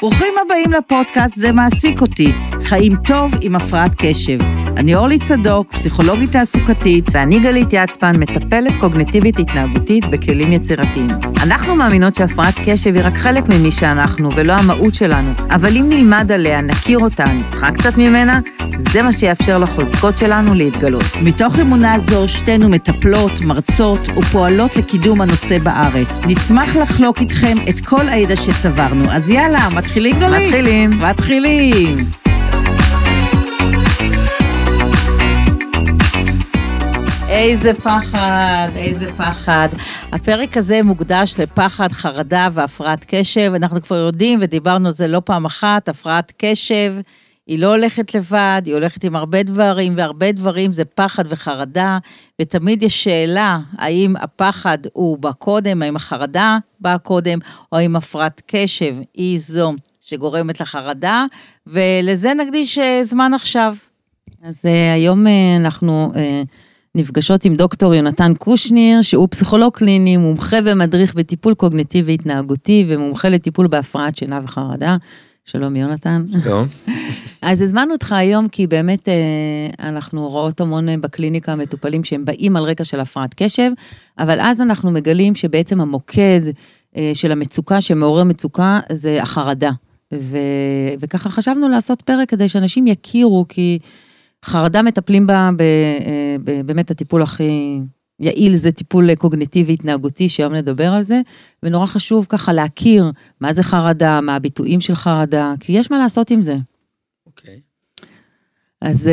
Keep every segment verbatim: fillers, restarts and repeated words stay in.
ברוכים הבאים לפודקאסט, זה מעסיק אותי, חיים טוב עם הפרעת קשב. אני אורלי צדוק, פסיכולוגית תעסוקתית. ואני גלית יצפן, מטפלת קוגניטיבית התנהגותית בכלים יצירתיים. אנחנו מאמינות שהפרעת קשב היא רק חלק ממי שאנחנו ולא המהות שלנו, אבל אם נלמד עליה, נכיר אותה, נצחק קצת ממנה, זה מה שיאפשר לחוזקות שלנו להתגלות. מתוך אמונה זו, שתינו מטפלות, מרצות ופועלות לקידום הנושא בארץ. נשמח לחלוק איתכם את כל הידע שצברנו. אז יאללה, מתחילים גלית? מתחילים. מתחילים. איזה פחד, איזה פחד. הפרק הזה מוקדש לפחד, חרדה והפרעת קשב. אנחנו כבר יודעים ודיברנו על זה לא פעם אחת, הפרעת קשב היא לא הולכת לבד, היא הולכת עם הרבה דברים, והרבה דברים זה פחד וחרדה, ותמיד יש שאלה, האם הפחד הוא בא קודם, האם החרדה באה קודם, או האם הפרעת קשב היא זו שגורמת לחרדה, ולזה נקדיש זמן עכשיו. אז היום אנחנו נפגשות עם דוקטור יונתן קושניר, שהוא פסיכולוג קליני, מומחה ומדריך בטיפול קוגניטיבי התנהגותי, ומומחה לטיפול בהפרעת שינה וחרדה. שלום יונתן. שלום. אז הזמנו אותך היום, כי באמת אנחנו רואות המון בקליניקה מטופלים שהם באים על רקע של הפרעת קשב, אבל אז אנחנו מגלים שבעצם המוקד של המצוקה, שמעורר מצוקה, זה החרדה. ו... וככה חשבנו לעשות פרק כדי שאנשים יכירו, כי חרדה מטפלים בה ב... באמת הטיפול הכי יעיל, זה טיפול קוגניטיבי התנהגותי, שהיום נדבר על זה, ונורא חשוב ככה להכיר מה זה חרדה, מה הביטויים של חרדה, כי יש מה לעשות עם זה. אוקיי. אז...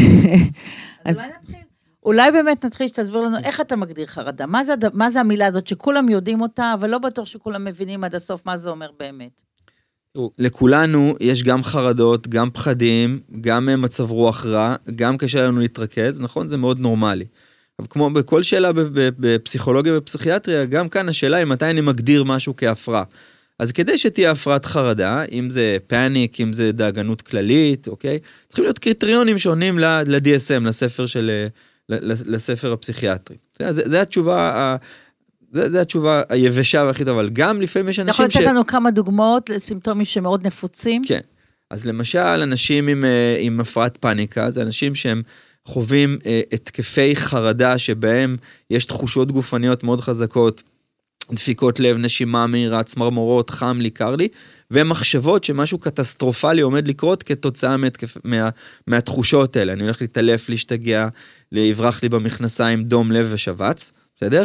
אז אולי נתחיל. אולי באמת נתחיל שתסביר לנו איך אתה מגדיר חרדה, מה זה, מה זה המילה הזאת שכולם יודעים אותה, אבל לא בטוח שכולם מבינים עד הסוף מה זה אומר באמת. לכולנו יש גם חרדות, גם פחדים, גם מצב רוח רע, גם קשה לנו להתרכז, נכון? זה מאוד נורמלי. אבל כמו בכל שאלה בפסיכולוגיה ופסיכיאטריה, גם כאן השאלה היא מתי אני מגדיר משהו כהפרעה. אז כדי שתהיה הפרעת חרדה, אם זה פאניק, אם זה דאגנות כללית, אוקיי? צריכים להיות קריטריונים שעונים ל-די אס אם, לספר של, לספר הפסיכיאטרי. זה, זה התשובה, זה, זה התשובה היבשה והכי טובה, אבל גם לפעמים יש אנשים ש... אתה יכול לתת לנו כמה דוגמאות לסימפטומים שמאוד נפוצים? כן. אז למשל, אנשים עם, עם הפרעת פאניקה, זה אנשים שהם חווים התקפי חרדה שבהם יש תחושות גופניות מאוד חזקות, דפיקות לב, נשימה מהירה, צמרמורות, חם לי, קר לי, ומחשבות שמשהו קטסטרופלי עומד לקרות כתוצאה מהתקפ... מה... מהתחושות האלה. אני הולך להתעלף, להשתגע, להברח לי במכנסיים, דום לב ושבץ, בסדר?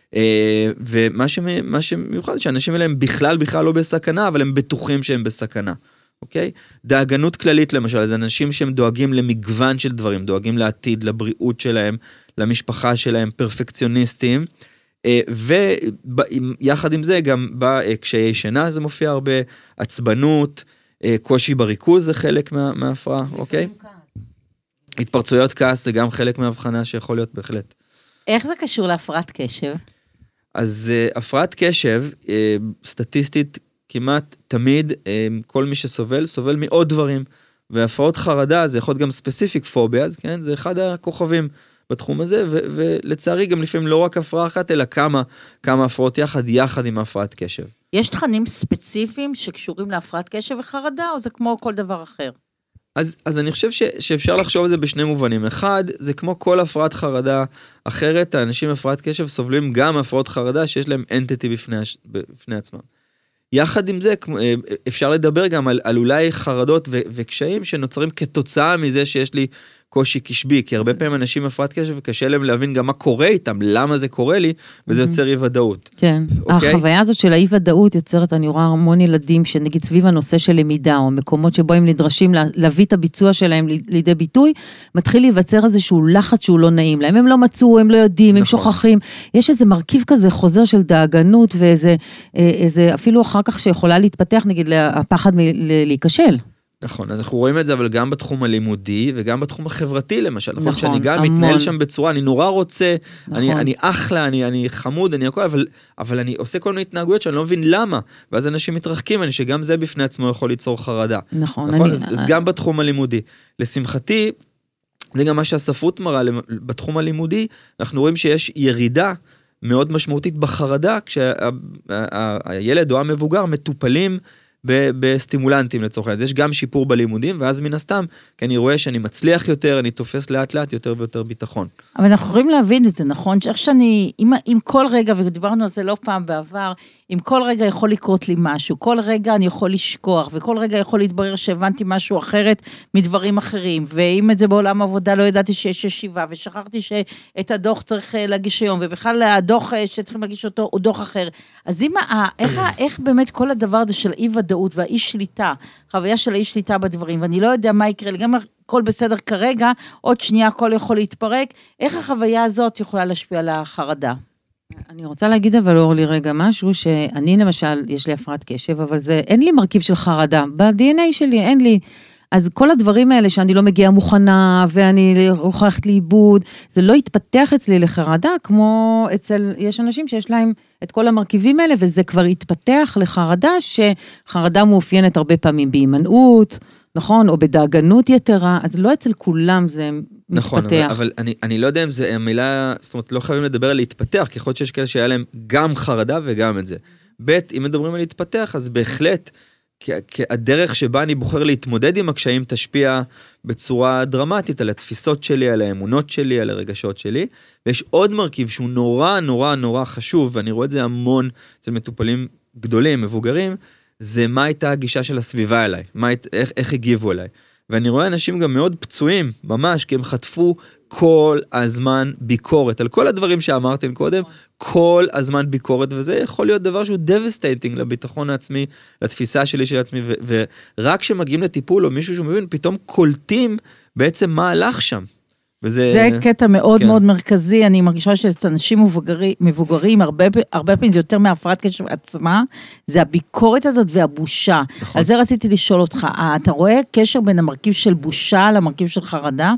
ומה ש... מה שמיוחד, שאנשים האלה הם בכלל בכלל לא בסכנה, אבל הם בטוחים שהם בסכנה. אוקיי? דאגנות כללית למשל, זה אנשים שהם דואגים למגוון של דברים, דואגים לעתיד, לבריאות שלהם, למשפחה שלהם, פרפקציוניסטים, ויחד עם זה גם בקשיי שינה זה מופיע הרבה, עצבנות, קושי בריכוז זה חלק מה, מההפרעה, אוקיי? התפרצויות כעס זה גם חלק מההבחנה שיכול להיות בהחלט. איך זה קשור להפרעת קשב? אז הפרעת קשב, סטטיסטית, כמעט תמיד כל מי שסובל, סובל מעוד דברים, והפרעות חרדה, זה יכול להיות גם ספציפיק פוביה, אז כן, זה אחד הכוכבים בתחום הזה, ו- ולצערי גם לפעמים לא רק הפרעה אחת, אלא כמה, כמה הפרעות יחד, יחד עם הפרעת קשב. יש תכנים ספציפיים שקשורים להפרעת קשב וחרדה, או זה כמו כל דבר אחר? אז, אז אני חושב ש, שאפשר לחשוב על זה בשני מובנים. אחד, זה כמו כל הפרעת חרדה אחרת, האנשים הפרעת קשב סובלים גם הפרעות חרדה, שיש להם אנטיטי בפני, בפני עצמם. יחד עם זה, אפשר לדבר גם על, על אולי חרדות ו, וקשיים שנוצרים כתוצאה מזה שיש לי קושי קשבי, כי הרבה פעמים אנשים הפרעת קשב וקשה להם להבין גם מה קורה איתם, למה זה קורה לי, וזה יוצר אי ודאות. כן, החוויה הזאת של האי ודאות יוצרת, אני רואה המון ילדים שנגיד סביב הנושא של למידה, או מקומות שבו הם נדרשים להביא את הביצוע שלהם לידי ביטוי, מתחיל להיווצר איזשהו לחץ שהוא לא נעים להם, הם לא מצאו, הם לא יודעים, הם שוכחים, יש איזה מרכיב כזה חוזר של דאגנות, ואיזה אפילו אחר כך שיכולה להתפתח, נגיד, הפחד להיכשל. נכון, אז אנחנו רואים את זה, אבל גם בתחום הלימודי, וגם בתחום החברתי, למשל, נכון, שאני גם מתנהל שם בצורה, אני נורא רוצה, אני, אני אחלה, אני, אני חמוד, אני הכל, אבל, אבל אני עושה כל מיני התנהגויות שאני לא מבין למה, ואז אנשים מתרחקים, אני שגם זה בפני עצמו יכול ליצור חרדה. נכון. נכון? אני... אז גם בתחום הלימודי. לשמחתי, זה גם מה שהספרות מראה, בתחום הלימודי, אנחנו רואים שיש ירידה מאוד משמעותית בחרדה, כשהילד או המבוגר מטופלים בסטימולנטים לצורך העניין. אז יש גם שיפור בלימודים, ואז מן הסתם, כי אני רואה שאני מצליח יותר, אני תופס לאט לאט יותר ויותר ביטחון. אבל אנחנו יכולים להבין את זה, נכון? שאיך שאני, אם, אם כל רגע, ודיברנו על זה לא פעם בעבר, אם כל רגע יכול לקרות לי משהו, כל רגע אני יכול לשכוח, וכל רגע יכול להתברר שהבנתי משהו אחרת מדברים אחרים, ואם את זה בעולם העבודה לא ידעתי שיש ישיבה, ושכחתי שאת הדוח צריך להגיש היום, ובכלל הדוח שצריכים להגיש אותו הוא דוח אחר. אז אם, איך, איך באמת כל הדבר הזה של אי ודאות והאי שליטה, חוויה של האי שליטה בדברים, ואני לא יודע מה יקרה, גם הכל בסדר כרגע, עוד שנייה הכל יכול להתפרק, איך החוויה הזאת יכולה להשפיע על החרדה? אני רוצה להגיד אבל אורלי רגע משהו, שאני למשל, יש לי הפרעת קשב, אבל זה, אין לי מרכיב של חרדה, ב-די אן איי שלי אין לי, אז כל הדברים האלה שאני לא מגיעה מוכנה, ואני הוכחת לאיבוד, זה לא יתפתח אצלי לחרדה, כמו אצל, יש אנשים שיש להם את כל המרכיבים האלה, וזה כבר יתפתח לחרדה, שחרדה מאופיינת הרבה פעמים בהימנעות, נכון, או בדאגנות יתרה, אז לא אצל כולם זה נכון, מתפתח. אבל, אבל אני, אני לא יודע אם זה המילה, זאת אומרת, לא חייבים לדבר על להתפתח, כי יכול להיות שיש כאלה שהיה להם גם חרדה וגם את זה. ב' אם מדברים על להתפתח, אז בהחלט, כי, כי הדרך שבה אני בוחר להתמודד עם הקשיים, תשפיע בצורה דרמטית על התפיסות שלי, על האמונות שלי, על הרגשות שלי, ויש עוד מרכיב שהוא נורא נורא נורא חשוב, ואני רואה את זה המון אצל מטופלים גדולים, מבוגרים, זה מה הייתה הגישה של הסביבה אליי, מה, איך, איך הגיבו אליי. ואני רואה אנשים גם מאוד פצועים, ממש, כי הם חטפו כל הזמן ביקורת, על כל הדברים שאמרתם קודם, כל הזמן ביקורת, וזה יכול להיות דבר שהוא devastating לביטחון העצמי, לתפיסה שלי של עצמי, ו- ורק שמגיעים לטיפול, או מישהו שמבין, פתאום קולטים בעצם מה הלך שם. וזה... זה קטע מאוד כן. מאוד מרכזי, אני מרגישה שאנשים מבוגרים, מבוגרים הרבה, הרבה פעמים יותר מהפרעת קשב עצמה, זה הביקורת הזאת והבושה. נכון. על זה רציתי לשאול אותך, אתה רואה קשר בין המרכיב של בושה למרכיב של חרדה?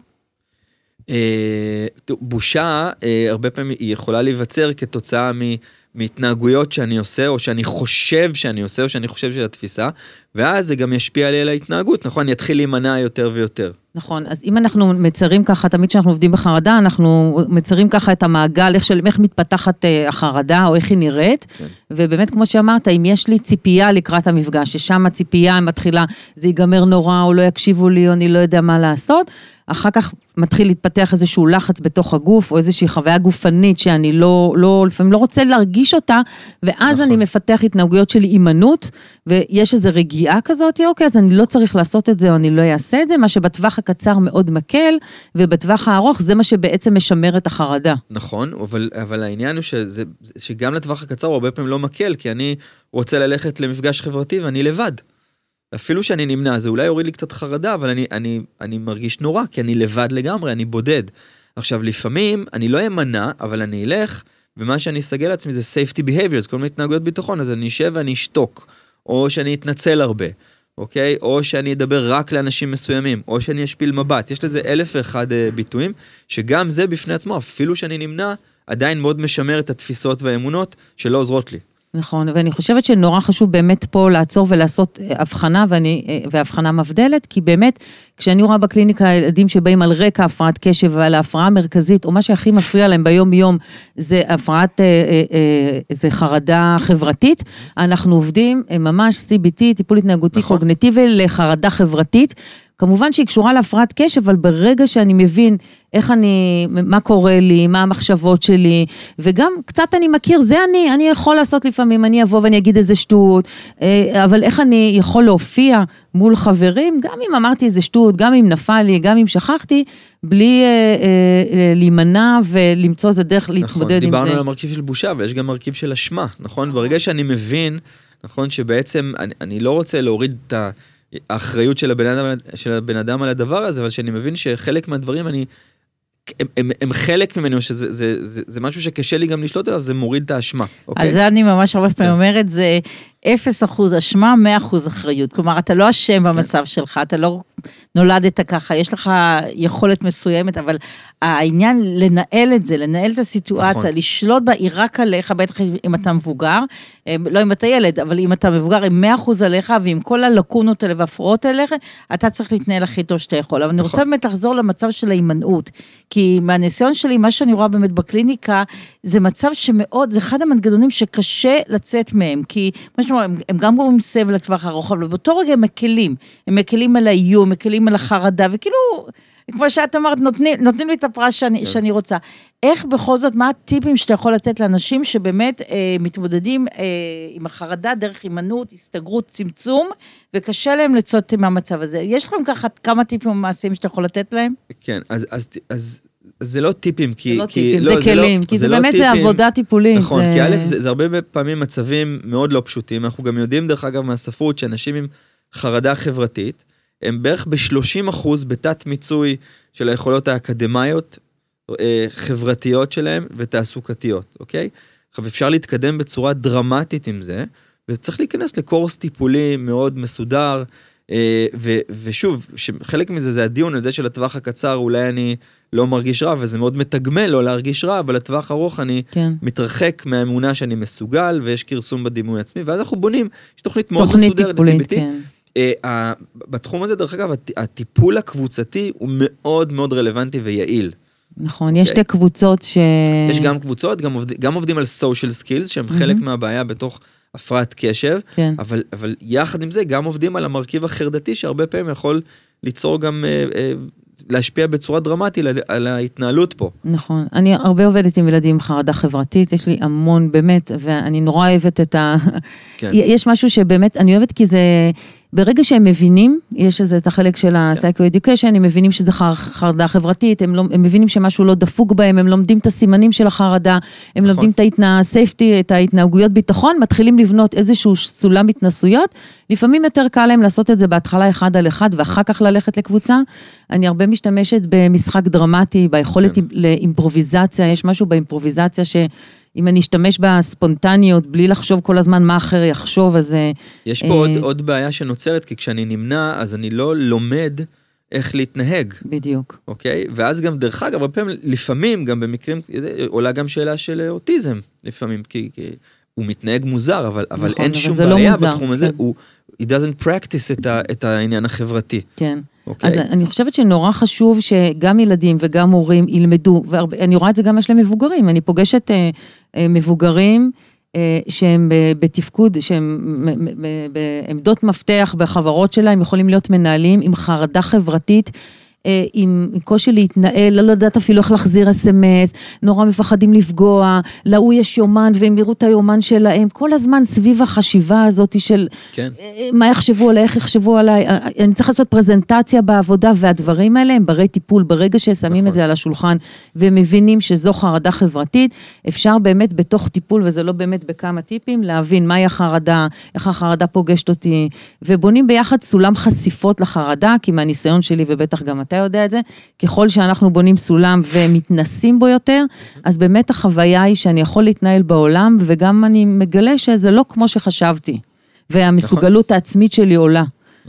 בושה, הרבה פעמים היא יכולה להיווצר כתוצאה מהתנהגויות שאני עושה, או שאני חושב שאני עושה, או שאני חושב של התפיסה, ואז זה גם ישפיע עלי על ההתנהגות, נכון? אני אתחיל להימנע יותר ויותר. נכון, אז אם אנחנו מצרים ככה, תמיד שאנחנו עובדים בחרדה, אנחנו מצרים ככה את המעגל, איך, של, איך מתפתחת החרדה, או איך היא נראית, כן. ובאמת כמו שאמרת, אם יש לי ציפייה לקראת המפגש, ששם הציפייה מתחילה, זה ייגמר נורא, או לא יקשיבו לי, או אני לא יודע מה לעשות, אחר כך מתחיל להתפתח איזשהו לחץ בתוך הגוף, או איזושהי חוויה גופנית, שאני לא, לא, לפעמים לא רוצה להרגיש אותה, ואז נכון. אני מפתח התנהגויות של אימנות, ויש איזו רגיעה כזאת, אוקיי, אז אני לא צריך לעשות את זה, או אני לא אעשה את זה, מה שבטווח הקצר מאוד מקל, ובטווח הארוך זה מה שבעצם משמר את החרדה. נכון, אבל, אבל העניין הוא שזה, שגם לטווח הקצר הוא הרבה פעמים לא מקל, כי אני רוצה ללכת למפגש חברתי ואני לבד. אפילו שאני נמנע, זה אולי יוריד לי קצת חרדה, אבל אני, אני, אני מרגיש נורא, כי אני לבד לגמרי, אני בודד. עכשיו, לפעמים אני לא אמנע, אבל אני אלך, ומה שאני אסגל לעצמי זה safety behaviors, כל מיני התנהגויות ביטחון, אז אני אשב ואני אשתוק, או שאני אתנצל הרבה. אוקיי? או שאני אדבר רק לאנשים מסוימים, או שאני אשפיל מבט. יש לזה אלף ואחד ביטויים, שגם זה בפני עצמו, אפילו שאני נמנע, עדיין מאוד משמר את התפיסות והאמונות שלא עוזרות לי. נכון, ואני חושבת שנורא חשוב באמת פה לעצור ולעשות הבחנה, ואני, והבחנה מבדלת, כי באמת, כשאני רואה בקליניקה ילדים שבאים על רקע הפרעת קשב ועל ההפרעה המרכזית, או מה שהכי מפריע להם ביום יום, זה הפרעת, זה חרדה חברתית, אנחנו עובדים ממש סי בי טי, טיפול התנהגותי נכון. קוגניטיבי לחרדה חברתית, כמובן שהיא קשורה להפרעת קשב, אבל ברגע שאני מבין איך אני, מה קורה לי, מה המחשבות שלי, וגם קצת אני מכיר, זה אני, אני יכול לעשות לפעמים, אני אבוא ואני אגיד איזה שטות, אבל איך אני יכול להופיע מול חברים, גם אם אמרתי איזה שטות, גם אם נפל לי, גם אם שכחתי, בלי אה, אה, להימנע ולמצוא איזה דרך להתמודד נכון, עם זה. דיברנו על המרכיב של בושה, אבל יש גם מרכיב של אשמה, נכון? ברגע שאני מבין, נכון, שבעצם אני, אני לא רוצה להוריד את ה... האחריות של הבן אדם, של הבן אדם על הדבר הזה, אבל שאני מבין שחלק מהדברים אני, הם, הם, הם חלק ממנו, שזה, זה, זה, זה משהו שקשה לי גם לשלוט עליו, זה מוריד את האשמה. אוקיי? אז זה אני ממש הרבה פעמים אומרת, זה אפס אחוז אשמה, מאה אחוז אחריות. כלומר, אתה לא אשם במצב שלך, אתה לא נולדת ככה, יש לך יכולת מסוימת, אבל העניין לנהל את זה, לנהל את הסיטואציה, לשלוט בה, היא רק עליך, בטח אם אתה מבוגר, לא אם אתה ילד, אבל אם אתה מבוגר, עם מאה אחוז עליך, ועם כל הלקונות האלה והפרעות עליך, אתה צריך להתנהל הכי טוב שאתה יכול. אבל אני רוצה באמת לחזור למצב של ההימנעות, כי מהניסיון שלי, מה שאני רואה באמת בקליניקה, זה מצב שמאוד, זה אחד המנגנונים שקשה לצאת מהם, כי מה שאתה שאמרו, הם, הם גם גורמים סבל לטווח ארוך, אבל באותו רגע הם מקלים, הם מקלים על האיום, מקלים על החרדה, וכאילו, כמו שאת אמרת, נותנים, נותנים לי את הפרס שאני, כן. שאני רוצה. איך בכל זאת, מה הטיפים שאתה יכול לתת לאנשים שבאמת אה, מתמודדים אה, עם החרדה, דרך הימנעות, הסתגרות, צמצום, וקשה להם לצאת מהמצב הזה? יש לכם ככה כמה טיפים מעשיים שאתה יכול לתת להם? כן, אז, אז, אז זה לא טיפים, כי... זה לא כי, טיפים, לא, זה כלים, לא, כי זה, זה באמת לא זה טיפים, עבודה טיפולית. נכון, זה... כי א', זה, זה הרבה פעמים מצבים מאוד לא פשוטים, אנחנו גם יודעים דרך אגב מהספרות, שאנשים עם חרדה חברתית, הם בערך ב-שלושים אחוז בתת מיצוי של היכולות האקדמיות, חברתיות שלהם ותעסוקתיות, אוקיי? עכשיו אפשר להתקדם בצורה דרמטית עם זה, וצריך להיכנס לקורס טיפולי מאוד מסודר, ו- ושוב, חלק מזה זה הדיון, על זה של הטווח הקצר, אולי אני לא מרגיש רע, וזה מאוד מתגמל לא להרגיש רע, אבל לטווח ארוך אני כן. מתרחק מהאמונה שאני מסוגל, ויש קרסום בדימוי עצמי, ואז אנחנו בונים, יש תוכנית מאוד תוכנית מסודרת, טיפולית, כן. בתחום הזה, דרך אגב, הטיפול הקבוצתי הוא מאוד מאוד רלוונטי ויעיל. נכון, יש שתי קבוצות ש... יש גם קבוצות, גם עובדים, גם עובדים על social skills, שהם חלק מהבעיה בתוך הפרעת קשב, כן. אבל, אבל יחד עם זה, גם עובדים על המרכיב החרדתי, שהרבה פעמים יכול ליצור גם, אה, אה, להשפיע בצורה דרמטית על, על ההתנהלות פה. נכון, אני הרבה עובדת עם ילדים עם חרדה חברתית, יש לי המון באמת, ואני נורא אוהבת את ה... כן. יש משהו שבאמת, אני אוהבת כי זה... ברגע שהם מבינים, יש איזה את החלק של ה-psycho-education, הם מבינים שזה חרדה חברתית, הם, לא, הם מבינים שמשהו לא דפוק בהם, הם לומדים את הסימנים של החרדה, הם לומדים את ההתנא-safety, את ההתנהגויות ביטחון, מתחילים לבנות איזשהו סולם התנסויות, לפעמים יותר קל להם לעשות את זה בהתחלה אחד על אחד, ואחר כך ללכת לקבוצה. אני הרבה משתמשת במשחק דרמטי, ביכולת לאימפרוביזציה, יש משהו באימפרוביזציה ש... אם אני אשתמש בספונטניות, בלי לחשוב כל הזמן מה אחר יחשוב, אז... יש פה עוד, עוד בעיה שנוצרת, כי כשאני נמנע, אז אני לא לומד איך להתנהג. בדיוק. אוקיי? ואז גם דרך אגב, הרבה פעמים, לפעמים, גם במקרים, עולה גם שאלה של אוטיזם, לפעמים, כי, כי הוא מתנהג מוזר, אבל, אבל נכון, אין אבל שום בעיה לא בתחום הזה, כן. הוא, he doesn't practice את, ה, את העניין החברתי. כן. Okay. אז אני חושבת שנורא חשוב שגם ילדים וגם הורים ילמדו, ואני רואה את זה גם יש להם מבוגרים, אני פוגשת אה, אה, מבוגרים אה, שהם בתפקוד, שהם בעמדות מפתח בחברות שלהם, יכולים להיות מנהלים עם חרדה חברתית, עם קושי להתנהל, לא יודעת אפילו איך להחזיר אס אם אס, נורא מפחדים לפגוע, להוא יש יומן, והם יראו את היומן שלהם, כל הזמן סביב החשיבה הזאת של כן. מה יחשבו עליי, איך יחשבו עליי, אני צריך לעשות פרזנטציה בעבודה, והדברים האלה הם ברי טיפול, ברגע ששמים נכון. את זה על השולחן, ומבינים שזו חרדה חברתית, אפשר באמת בתוך טיפול, וזה לא באמת בכמה טיפים, להבין מהי החרדה, איך החרדה פוגשת אותי, ובונים ביחד סולם חשיפות לחרדה, כי מהניסיון שלי, ובטח גם אתה יודע את זה, ככל שאנחנו בונים סולם ומתנסים בו יותר, אז באמת החוויה היא שאני יכול להתנהל בעולם, וגם אני מגלה שזה לא כמו שחשבתי, והמסוגלות העצמית שלי עולה.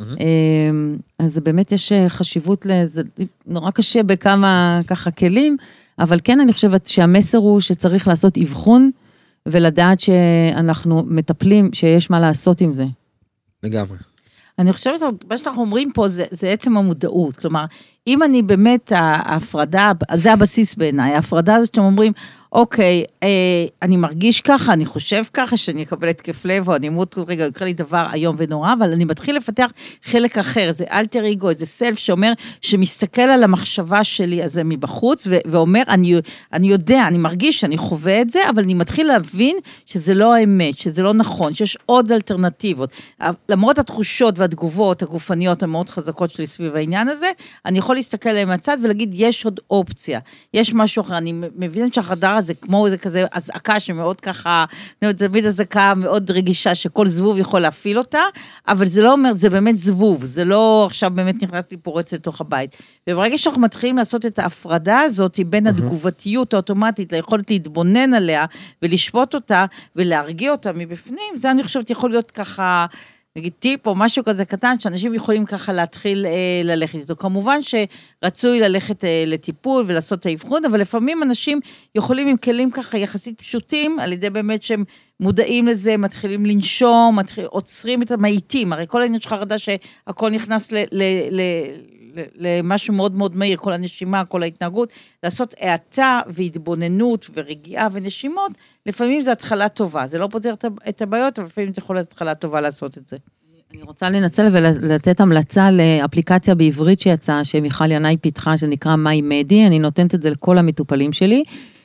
אז באמת יש חשיבות, זה נורא קשה בכמה ככה כלים, אבל כן אני חושבת שהמסר הוא שצריך לעשות אבחון, ולדעת שאנחנו מטפלים, שיש מה לעשות עם זה. לגמרי. אני חושבת, מה שאנחנו אומרים פה, זה, זה עצם המודעות, כלומר, אם אני באמת, ההפרדה, זה הבסיס בעיניי, ההפרדה הזאת שאתם אומרים, אוקיי, אה, אני מרגיש ככה, אני חושב ככה, שאני אקבל התקף לב, או אני אמות, רגע, יקרה לי דבר היום ונורא, אבל אני מתחיל לפתח חלק אחר, זה אלטר אגו, זה סלף שאומר, שמסתכל על המחשבה שלי הזה מבחוץ, ו- ואומר, אני, אני יודע, אני מרגיש שאני חווה את זה, אבל אני מתחיל להבין שזה לא האמת, שזה לא נכון, שיש עוד אלטרנטיבות. למרות התחושות והתגובות הגופניות המאוד חזקות שלי סביב העניין הזה, אני יכול להסתכל עליהם מהצד ולהגיד, יש עוד אופציה, יש משהו אחר, אני מבינה שהחדר זה כמו איזה כזה הזעקה שמאוד ככה, תמיד הזעקה מאוד רגישה, שכל זבוב יכול להפעיל אותה, אבל זה לא אומר, זה באמת זבוב, זה לא עכשיו באמת נכנס לי פורץ לתוך הבית. וברגע שאנחנו מתחילים לעשות את ההפרדה הזאת, בין התגובתיות האוטומטית, ליכולת להתבונן עליה, ולשפוט אותה, ולהרגיע אותה מבפנים, זה אני חושבת יכול להיות ככה, נגיד טיפ או משהו כזה קטן, שאנשים יכולים ככה להתחיל אה, ללכת איתו. כמובן שרצוי ללכת אה, לטיפול ולעשות את האבחון, אבל לפעמים אנשים יכולים עם כלים ככה יחסית פשוטים, על ידי באמת שהם מודעים לזה, מתחילים לנשום, מתחיל, עוצרים את המעיטים, הרי כל העניין של חרדה שהכל נכנס ל, ל, ל, למשהו מאוד מאוד מהיר, כל הנשימה, כל ההתנהגות, לעשות האטה והתבוננות ורגיעה ונשימות, לפעמים זה התחלה טובה, זה לא פותר את הבעיות, אבל לפעמים זה יכול להיות התחלה טובה לעשות את זה. אני רוצה לנצל ולתת המלצה לאפליקציה בעברית שיצאה, שמיכל ינאי פיתחה, שנקרא מיי מדי, אני נותנת את זה לכל המטופלים שלי,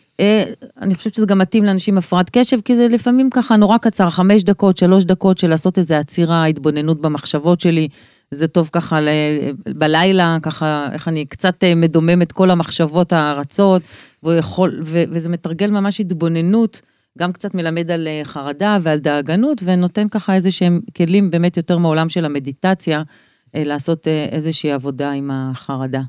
אני חושבת שזה גם מתאים לאנשים הפרעת קשב, כי זה לפעמים ככה נורא קצר, חמש דקות, שלוש דקות של לעשות איזו עצירה, התבוננות במחשבות שלי, זה טוב ככה בלילה, ככה איך אני קצת מדומם את כל המחשבות הרצות, ויכול, ו, וזה מתרגל ממש התבוננות, גם קצת מלמד על חרדה ועל דאגנות, ונותן ככה איזה שהם כלים באמת יותר מעולם של המדיטציה, לעשות איזושהי עבודה עם החרדה.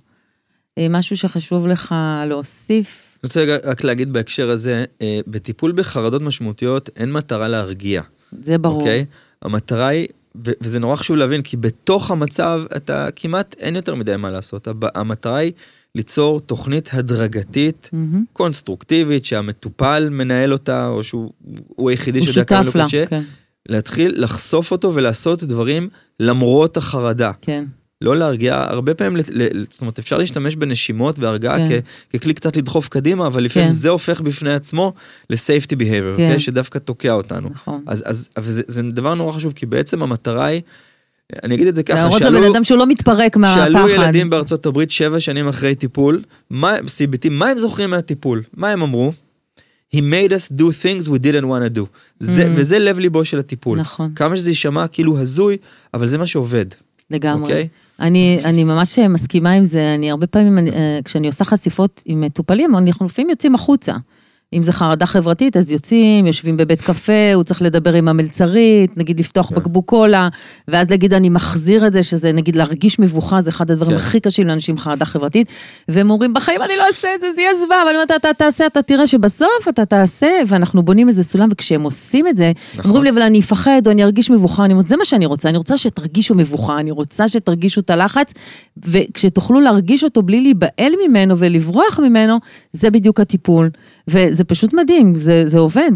משהו שחשוב לך להוסיף, אני רוצה רק להגיד בהקשר הזה, בטיפול בחרדות משמעותיות אין מטרה להרגיע. זה ברור. אוקיי? המטרה היא, וזה נורא חשוב להבין, כי בתוך המצב אתה כמעט אין יותר מדי מה לעשות. המטרה היא ליצור תוכנית הדרגתית, mm-hmm. קונסטרוקטיבית, שהמטופל מנהל אותה, או שהוא היחידי שיודע כמה לא קשה, כן. להתחיל לחשוף אותו ולעשות דברים למרות החרדה. כן. לא להרגיע, הרבה פעמים, זאת אומרת, אפשר להשתמש בנשימות והרגעה ככלי קצת לדחוף קדימה, אבל לפעמים זה הופך בפני עצמו ל-safety behavior, שדווקא תוקע אותנו. אז זה דבר נורא חושב, כי בעצם המטרה היא, אני אגיד את זה ככה, להראות לבן אדם שהוא לא מתפרק מהפחד. שאלו ילדים בארצות הברית שבע שנים אחרי טיפול, סי בי טי, מה הם זוכרים מהטיפול? מה הם אמרו? He made us do things we didn't want to do. וזה לב ליבו של הטיפול. כמה שזה יישמע כאילו הזוי, אבל זה מה שעובד. לגמרי. אני, אני ממש מסכימה עם זה, אני הרבה פעמים, אני, כשאני עושה חשיפות עם מטופלים, אנחנו לפעמים יוצאים החוצה. אם זה חרדה חברתית, אז יוצאים, יושבים בבית קפה, הוא צריך לדבר עם המלצרית, נגיד לפתוח בקבוק קולה, ואז להגיד, אני מחזיר את זה, שזה נגיד להרגיש מבוכה, זה אחד הדברים הכי קשים לאנשים חרדה חברתית, והם אומרים, בחיים אני לא אעשה את זה, זה יהיה זוועה, ואני אומרת, אתה תעשה, אתה תראה שבסוף אתה תעשה, ואנחנו בונים איזה סולם, וכשהם עושים את זה, אומרים לי, אבל אני אפחד, או אני ארגיש מבוכה, אני אומרת, זה מה שאני רוצה, אני רוצה שתרגישו מבוכה, אני רוצה שתרגישו את הלחץ, וכשתוכלו להרגיש אותו בלי להיבעל ממנו ולברוח ממנו, זה בדיוק הטיפול. וזה פשוט מדהים, זה, זה עובד.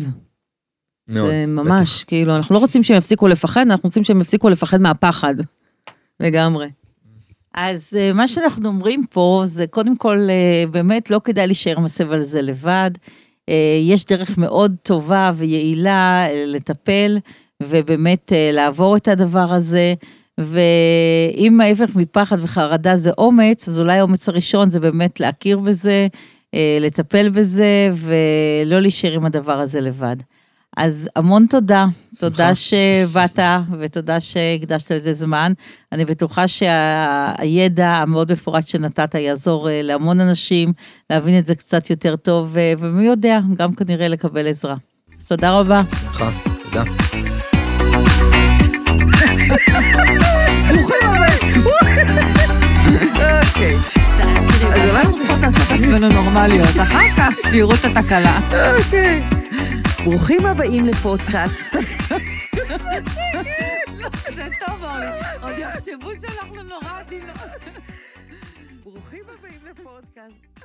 מאוד, זה ממש, בטח. כאילו, אנחנו לא רוצים שהם יפסיקו לפחד, אנחנו רוצים שהם יפסיקו לפחד מהפחד. לגמרי. אז מה שאנחנו אומרים פה, זה קודם כל, באמת לא כדאי להישאר מסב על זה לבד. יש דרך מאוד טובה ויעילה לטפל, ובאמת לעבור את הדבר הזה, ואם ההפך מפחד וחרדה זה אומץ, אז אולי האומץ הראשון זה באמת להכיר בזה, לטפל בזה, ולא להישאר עם הדבר הזה לבד. אז המון תודה, תודה שבאת, ותודה שהקדשת לזה זמן. אני בטוחה שהידע המאוד מפורט שנתת יעזור להמון אנשים, להבין את זה קצת יותר טוב, ומי יודע, גם כנראה לקבל עזרה. אז תודה רבה. שמחה, תודה. ברוכים הבאים. אוקיי. אז אולי אנחנו צריכות לעשות את עצמנו נורמליות, אחר כך שיערו את התקלה. אוקיי. ברוכים הבאים לפודקאסט. לא, זה טוב, עוד יחשבו שאנחנו נורא עדינות. ברוכים הבאים לפודקאסט.